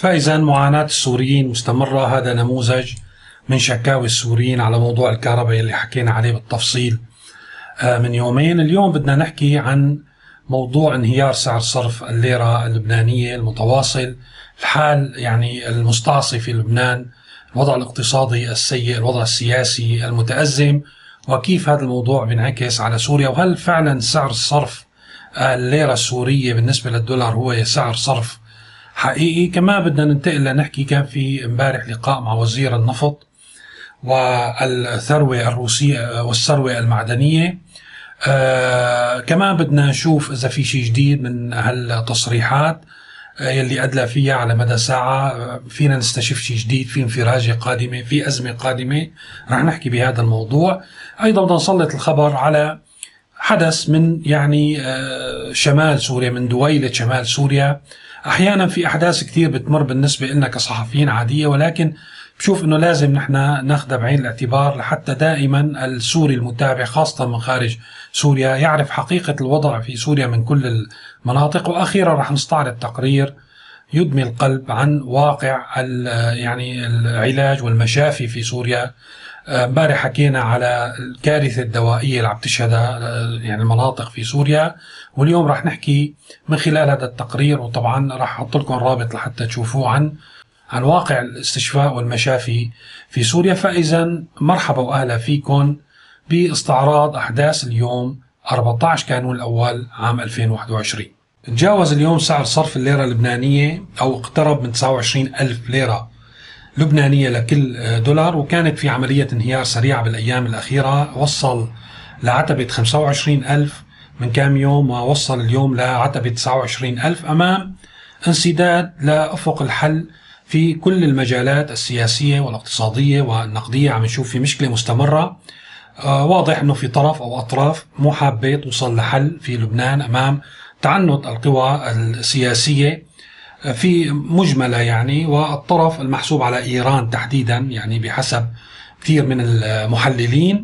فإذا معاناة السوريين مستمرة. هذا نموذج من شكاوي السوريين على موضوع الكهرباء اللي حكينا عليه بالتفصيل من يومين. اليوم بدنا نحكي عن موضوع انهيار سعر صرف الليرة اللبنانية المتواصل، الحال يعني المستعصي في لبنان، الوضع الاقتصادي السيء، الوضع السياسي المتأزم، وكيف هذا الموضوع بينعكس على سوريا، وهل فعلا سعر الصرف الليرة السورية بالنسبة للدولار هو سعر صرف حقيقي. كما بدنا ننتقل لنحكي، كان في امبارح لقاء مع وزير النفط والثروة الروسية والثروة المعدنية. كمان بدنا نشوف إذا في شيء جديد من هالتصريحات يلي أدلى فيها على مدى ساعة. فينا نستشف شيء جديد، في انفراجة قادمة، في أزمة قادمة، رح نحكي بهذا الموضوع. أيضا بدنا نسلط الخبر على حدث من شمال سوريا، من دويلة شمال سوريا. أحيانا في أحداث كثير بتمر بالنسبة لنا كصحفيين عادية، ولكن بشوف أنه لازم نحن ناخذها بعين الاعتبار لحتى دائما السوري المتابع خاصة من خارج سوريا يعرف حقيقة الوضع في سوريا من كل المناطق. وأخيرا رح نستعرض تقرير يدمي القلب عن واقع العلاج والمشافي في سوريا. امبارح حكينا على الكارثة الدوائية اللي عم تشهدها المناطق في سوريا، واليوم رح نحكي من خلال هذا التقرير، وطبعا رح أحط لكم رابط لحتى تشوفوه عن واقع الاستشفاء والمشافي في سوريا. فإذا مرحبا وأهلا فيكم باستعراض أحداث اليوم 14 كانون الأول عام 2021. تجاوز اليوم سعر صرف الليرة اللبنانية أو اقترب من 29 ألف ليرة لبنانية لكل دولار، وكانت في عملية انهيار سريعة بالأيام الأخيرة. وصل لعتبة 25 ألف من كام يوم، ووصل اليوم لعتبة 29 ألف، أمام انسداد لأفق الحل في كل المجالات السياسية والاقتصادية والنقدية. عم نشوف في مشكلة مستمرة. واضح أنه في طرف أو أطراف مو حابة توصل لحل في لبنان أمام تعنت القوى السياسية في مجملة والطرف المحسوب على إيران تحديدا بحسب كثير من المحللين.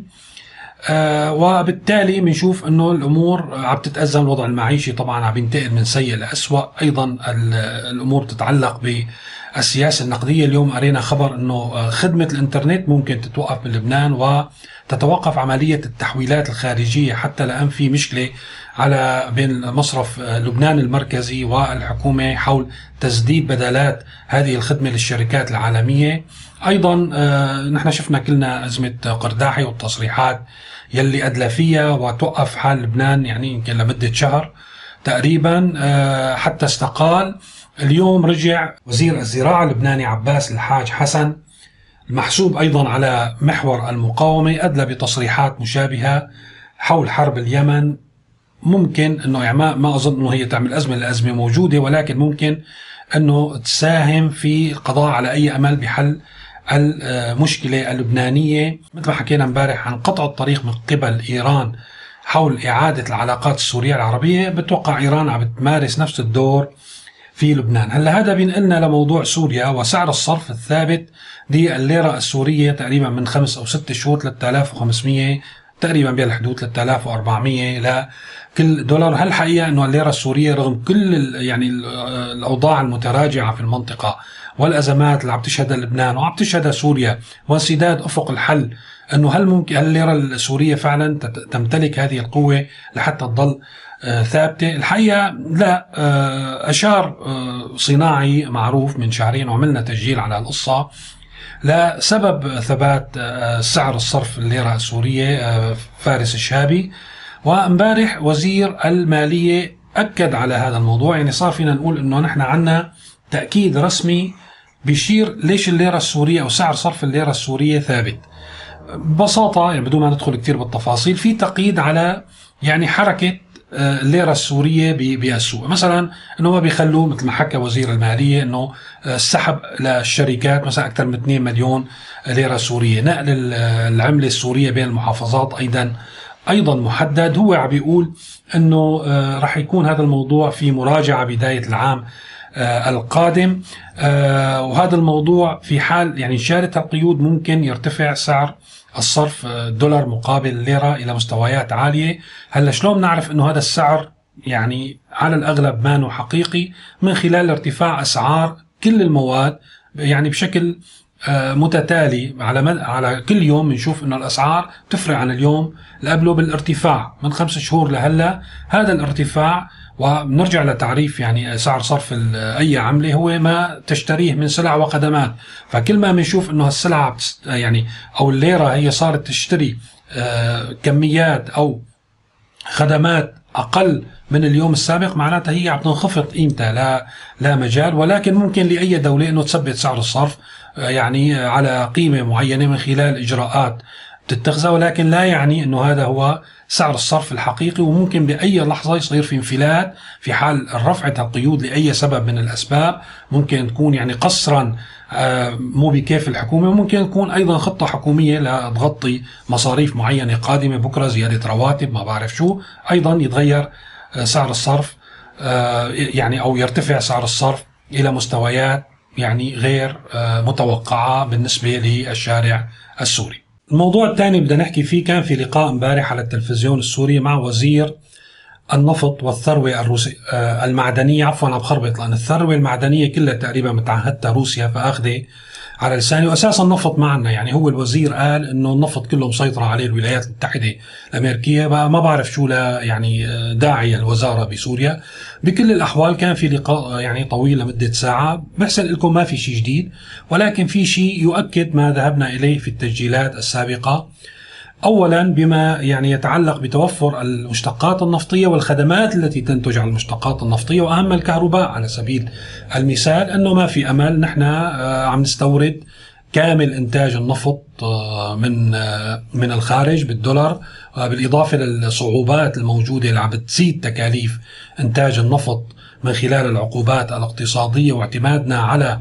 وبالتالي بنشوف أنه الأمور عم تتأزم. الوضع المعيشي طبعا عم ينتقل من سيء لأسوأ. أيضا الأمور تتعلق بالسياسة النقدية. اليوم قرينا خبر أنه خدمة الإنترنت ممكن تتوقف بلبنان وتتوقف عملية التحويلات الخارجية، حتى الآن في مشكلة بين مصرف لبنان المركزي والحكومة حول تسديد بدلات هذه الخدمة للشركات العالمية. أيضا نحن شفنا كلنا أزمة قرداحي والتصريحات يلي أدلى فيها وتوقف حال لبنان يمكن لمدة شهر تقريبا حتى استقال. اليوم رجع وزير الزراعة اللبناني عباس الحاج حسن، المحسوب أيضا على محور المقاومة، أدلى بتصريحات مشابهة حول حرب اليمن. ممكن أنه ما أظن أنه هي تعمل أزمة، الأزمة موجودة، ولكن ممكن أنه تساهم في القضاء على أي أمل بحل المشكلة اللبنانية. مثل ما حكينا امبارح عن قطع الطريق من قبل إيران حول إعادة العلاقات السورية العربية، بتوقع إيران عم تمارس نفس الدور في لبنان. هلا هذا بينقلنا لموضوع سوريا وسعر الصرف الثابت لليرة السورية تقريبا من 5 أو 6 شهور 3500 تقريبا بهالحدود، 3400 لكل دولار. هل الحقيقة أنه الليرة السورية رغم كل الأوضاع المتراجعة في المنطقة والأزمات اللي عم تشهدها لبنان وعم تشهدها سوريا وانسداد أفق الحل، أنه هل ممكن الليرة السورية فعلا تمتلك هذه القوة لحتى تظل ثابتة؟ الحقيقة لا. أشار صناعي معروف من شهرين وعملنا تسجيل على القصة لسبب ثبات سعر الصرف الليرة السورية، فارس الشهابي. وامبارح وزير المالية أكد على هذا الموضوع. صار فينا نقول أنه نحن عنا تأكيد رسمي بيشير ليش الليرة السورية أو سعر صرف الليرة السورية ثابت. ببساطة بدون ما ندخل كثير بالتفاصيل، في تقييد على حركة الليرة السورية بالسوق. مثلا أنه ما بيخلوا، مثل ما حكى وزير المالية، أنه السحب للشركات مثلا أكثر من 2 مليون ليرة سورية، نقل العملة السورية بين المحافظات أيضا محدد. هو عم بيقول أنه رح يكون هذا الموضوع في مراجعة بداية العام القادم، وهذا الموضوع في حال شالت القيود ممكن يرتفع سعر الصرف الدولار مقابل الليرة إلى مستويات عالية. هلا شلون نعرف أنه هذا السعر على الأغلب ما حقيقي؟ من خلال ارتفاع أسعار كل المواد يعني بشكل متتالي على كل يوم بنشوف انه الاسعار تفرق عن اليوم اللي قبله بالارتفاع من 5 شهور لهلا. هذا الارتفاع، وبنرجع لتعريف يعني سعر صرف اي عمله، هو ما تشتريه من سلع وخدمات. فكل ما بنشوف انه السلعه يعني او الليره هي صارت تشتري كميات او خدمات اقل من اليوم السابق، معناتها هي عم تنخفض قيمتها، لا مجال. ولكن ممكن لاي دوله انه تثبت سعر الصرف يعني على قيمه معينه من خلال اجراءات بتتخذها، ولكن لا يعني انه هذا هو سعر الصرف الحقيقي. وممكن باي لحظه يصير في انفلات في حال رفعت القيود لاي سبب من الاسباب. ممكن تكون يعني قصرا مو بكيف الحكومه، وممكن تكون ايضا خطه حكوميه لتغطي مصاريف معينه قادمه، بكره زياده رواتب، ما بعرف شو، ايضا يتغير سعر الصرف يعني او يرتفع سعر الصرف الى مستويات يعني غير متوقعه بالنسبه للشارع السوري. الموضوع الثاني بدنا نحكي فيه، كان في لقاء امبارح على التلفزيون السوري مع وزير النفط والثروة المعدنية. عفوا عم بخربط، لأن الثروة المعدنية كلها تقريبا متعهدتها روسيا، فأخذه على لساني. وأساسا النفط معنا، يعني هو الوزير قال إنه النفط كله مسيطرة عليه الولايات المتحدة الأمريكية. ما بعرف شو لا يعني داعي الوزارة بسوريا. بكل الأحوال كان في لقاء يعني طويل لمدة ساعة. بحسن لكم ما في شيء جديد، ولكن في شيء يؤكد ما ذهبنا إليه في التسجيلات السابقة. أولا بما يعني يتعلق بتوفر المشتقات النفطية والخدمات التي تنتج عن المشتقات النفطية، وأهم الكهرباء على سبيل المثال، أنه ما في أمل. نحن عم نستورد كامل إنتاج النفط من الخارج بالدولار، بالإضافة للصعوبات الموجودة اللي عم بتزيد تكاليف إنتاج النفط من خلال العقوبات الاقتصادية واعتمادنا على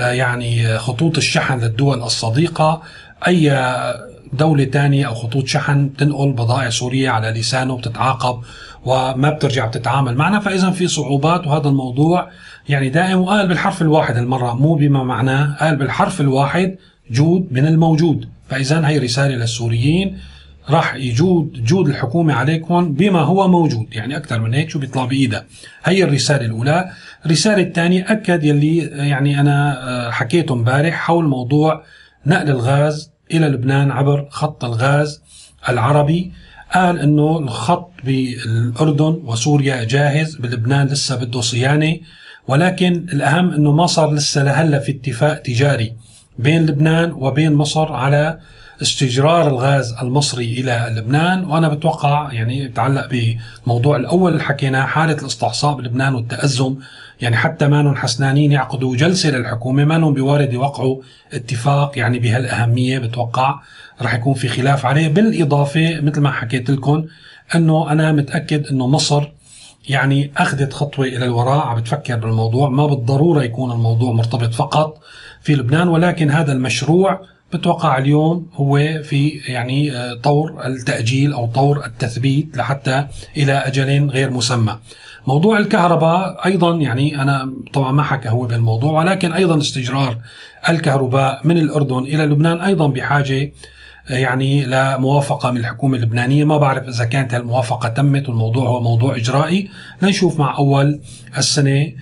يعني خطوط الشحن للدول الصديقة. أي دولة تانية أو خطوط شحن تنقل بضائع سورية على لسانه وبتتعاقب وما بترجع بتتعامل معنا، فإذا في صعوبات. وهذا الموضوع يعني دائم، وقال بالحرف الواحد المرة، مو بما معناه، قال بالحرف الواحد جود من الموجود. فإذا هي رسالة للسوريين، راح جود الحكومة عليكم بما هو موجود، يعني أكثر من هيك شو بيطلع بإيدها. هي الرسالة الأولى. الرسالة الثانية أكد يلي يعني أنا حكيته امبارح حول موضوع نقل الغاز إلى لبنان عبر خط الغاز العربي. قال إنه الخط بالأردن وسوريا جاهز، بلبنان لسه بده صيانة. ولكن الأهم إنه ما صار لسه لهلا في اتفاق تجاري بين لبنان وبين مصر على استجرار الغاز المصري إلى لبنان. وأنا بتوقع يعني يتعلق بموضوع الأول اللي حكيناه، حالة الاستعصاء بلبنان والتأزم، يعني حتى ما حسنانين يعقدوا جلسة للحكومة، ما بوارد يوقعوا اتفاق يعني بهالأهمية. بتوقع رح يكون في خلاف عليه. بالإضافة مثل ما حكيت لكم أنه أنا متأكد أنه مصر يعني أخذت خطوة إلى الوراء، عم بتفكر بالموضوع. ما بالضرورة يكون الموضوع مرتبط فقط في لبنان، ولكن هذا المشروع بتوقع اليوم هو في يعني طور التأجيل أو طور التثبيت لحتى إلى أجل غير مسمى. موضوع الكهرباء أيضا، يعني أنا طبعا ما حكى هو بالموضوع، ولكن أيضا استجرار الكهرباء من الأردن إلى لبنان أيضا بحاجة يعني لموافقة من الحكومة اللبنانية. ما بعرف إذا كانت الموافقة تمت، والموضوع هو موضوع إجرائي، لنشوف مع أول السنة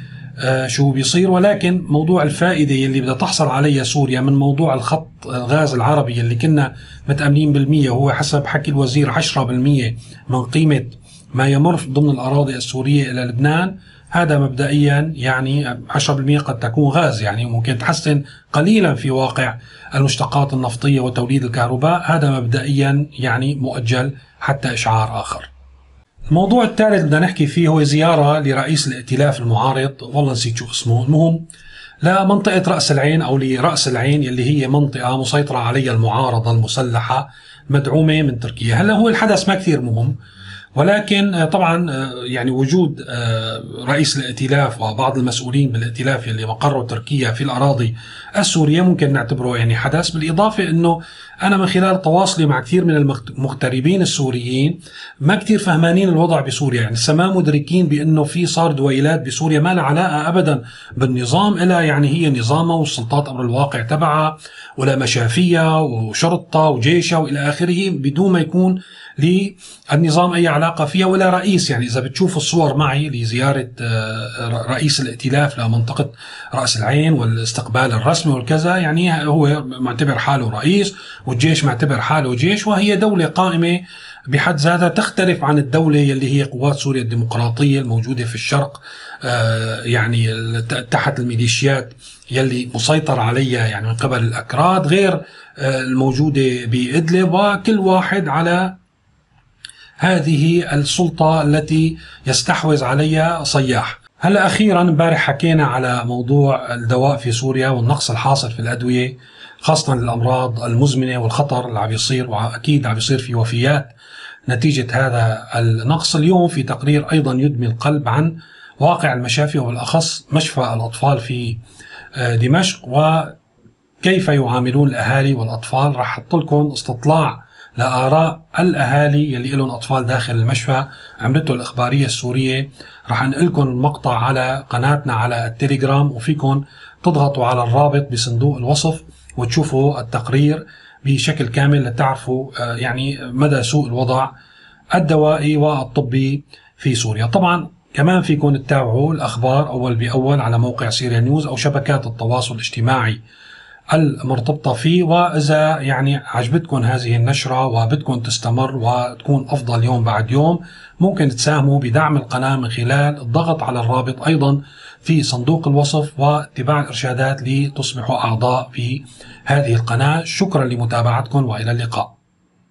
شو بيصير. ولكن موضوع الفائدة اللي بدها تحصل عليها سوريا من موضوع الخط الغاز العربي اللي كنا متأملين بالمية، وهو حسب حكي الوزير 10% من قيمة ما يمر ضمن الأراضي السورية إلى لبنان، هذا مبدئيا يعني 10% قد تكون غاز، يعني ممكن تحسن قليلا في واقع المشتقات النفطية وتوليد الكهرباء. هذا مبدئيا يعني مؤجل حتى إشعار آخر. الموضوع الثالث بدنا نحكي فيه هو زيارة لرئيس الائتلاف المعارض، والله نسيت شو اسمه، المهم لمنطقة رأس العين أو لرأس العين، اللي هي منطقة مسيطرة عليها المعارضة المسلحة مدعومة من تركيا. هلا هو الحدث ما كثير مهم، ولكن طبعا يعني وجود رئيس الائتلاف وبعض المسؤولين بالائتلاف اللي مقره تركيا في الأراضي السورية ممكن نعتبره يعني حدث. بالإضافة أنه أنا من خلال تواصلي مع كثير من المغتربين السوريين ما كثير فهمانين الوضع بسوريا، يعني ما مدركين بأنه في صار دويلات بسوريا ما لها علاقة أبدا بالنظام، إلا يعني هي نظامها والسلطات أمر الواقع تبعها، ولا مشافية وشرطة وجيشها وإلى آخره، بدون ما يكون للنظام أي علاقة فيها ولا رئيس. يعني إذا بتشوف الصور معي لزيارة رئيس الائتلاف لمنطقة رأس العين والاستقبال الرسمي والكذا، يعني هو معتبر حاله رئيس والجيش معتبر حاله جيش، وهي دولة قائمة بحد ذاتها، تختلف عن الدولة اللي هي قوات سوريا الديمقراطية الموجودة في الشرق، يعني تحت الميليشيات يلي مسيطر عليها يعني من قبل الأكراد، غير الموجودة بإدلب، وكل واحد على هذه السلطة التي يستحوذ عليها صياح. هلا أخيرا امبارح حكينا على موضوع الدواء في سوريا والنقص الحاصل في الأدوية، خاصة الأمراض المزمنة والخطر اللي عم يصير، وأكيد عم يصير في وفيات نتيجة هذا النقص. اليوم في تقرير أيضا يدمي القلب عن واقع المشافي وبالأخص مشفى الأطفال في دمشق وكيف يعاملون الأهالي والأطفال. رح أحط لكم استطلاع لآراء الأهالي يلي لهم أطفال داخل المشفى عملته الإخبارية السورية. رح أنقل لكم المقطع على قناتنا على التليجرام، وفيكم تضغطوا على الرابط بصندوق الوصف وتشوفوا التقرير بشكل كامل لتعرفوا يعني مدى سوء الوضع الدوائي والطبي في سوريا. طبعا كمان فيكم تتابعوا الأخبار أول بأول على موقع سوريا نيوز أو شبكات التواصل الاجتماعي المرتبطة فيه. وإذا يعني عجبتكم هذه النشرة وبدكم تستمر وتكون أفضل يوم بعد يوم، ممكن تساهموا بدعم القناة من خلال الضغط على الرابط أيضا في صندوق الوصف واتباع الإرشادات لتصبحوا أعضاء في هذه القناة. شكرا لمتابعتكم وإلى اللقاء.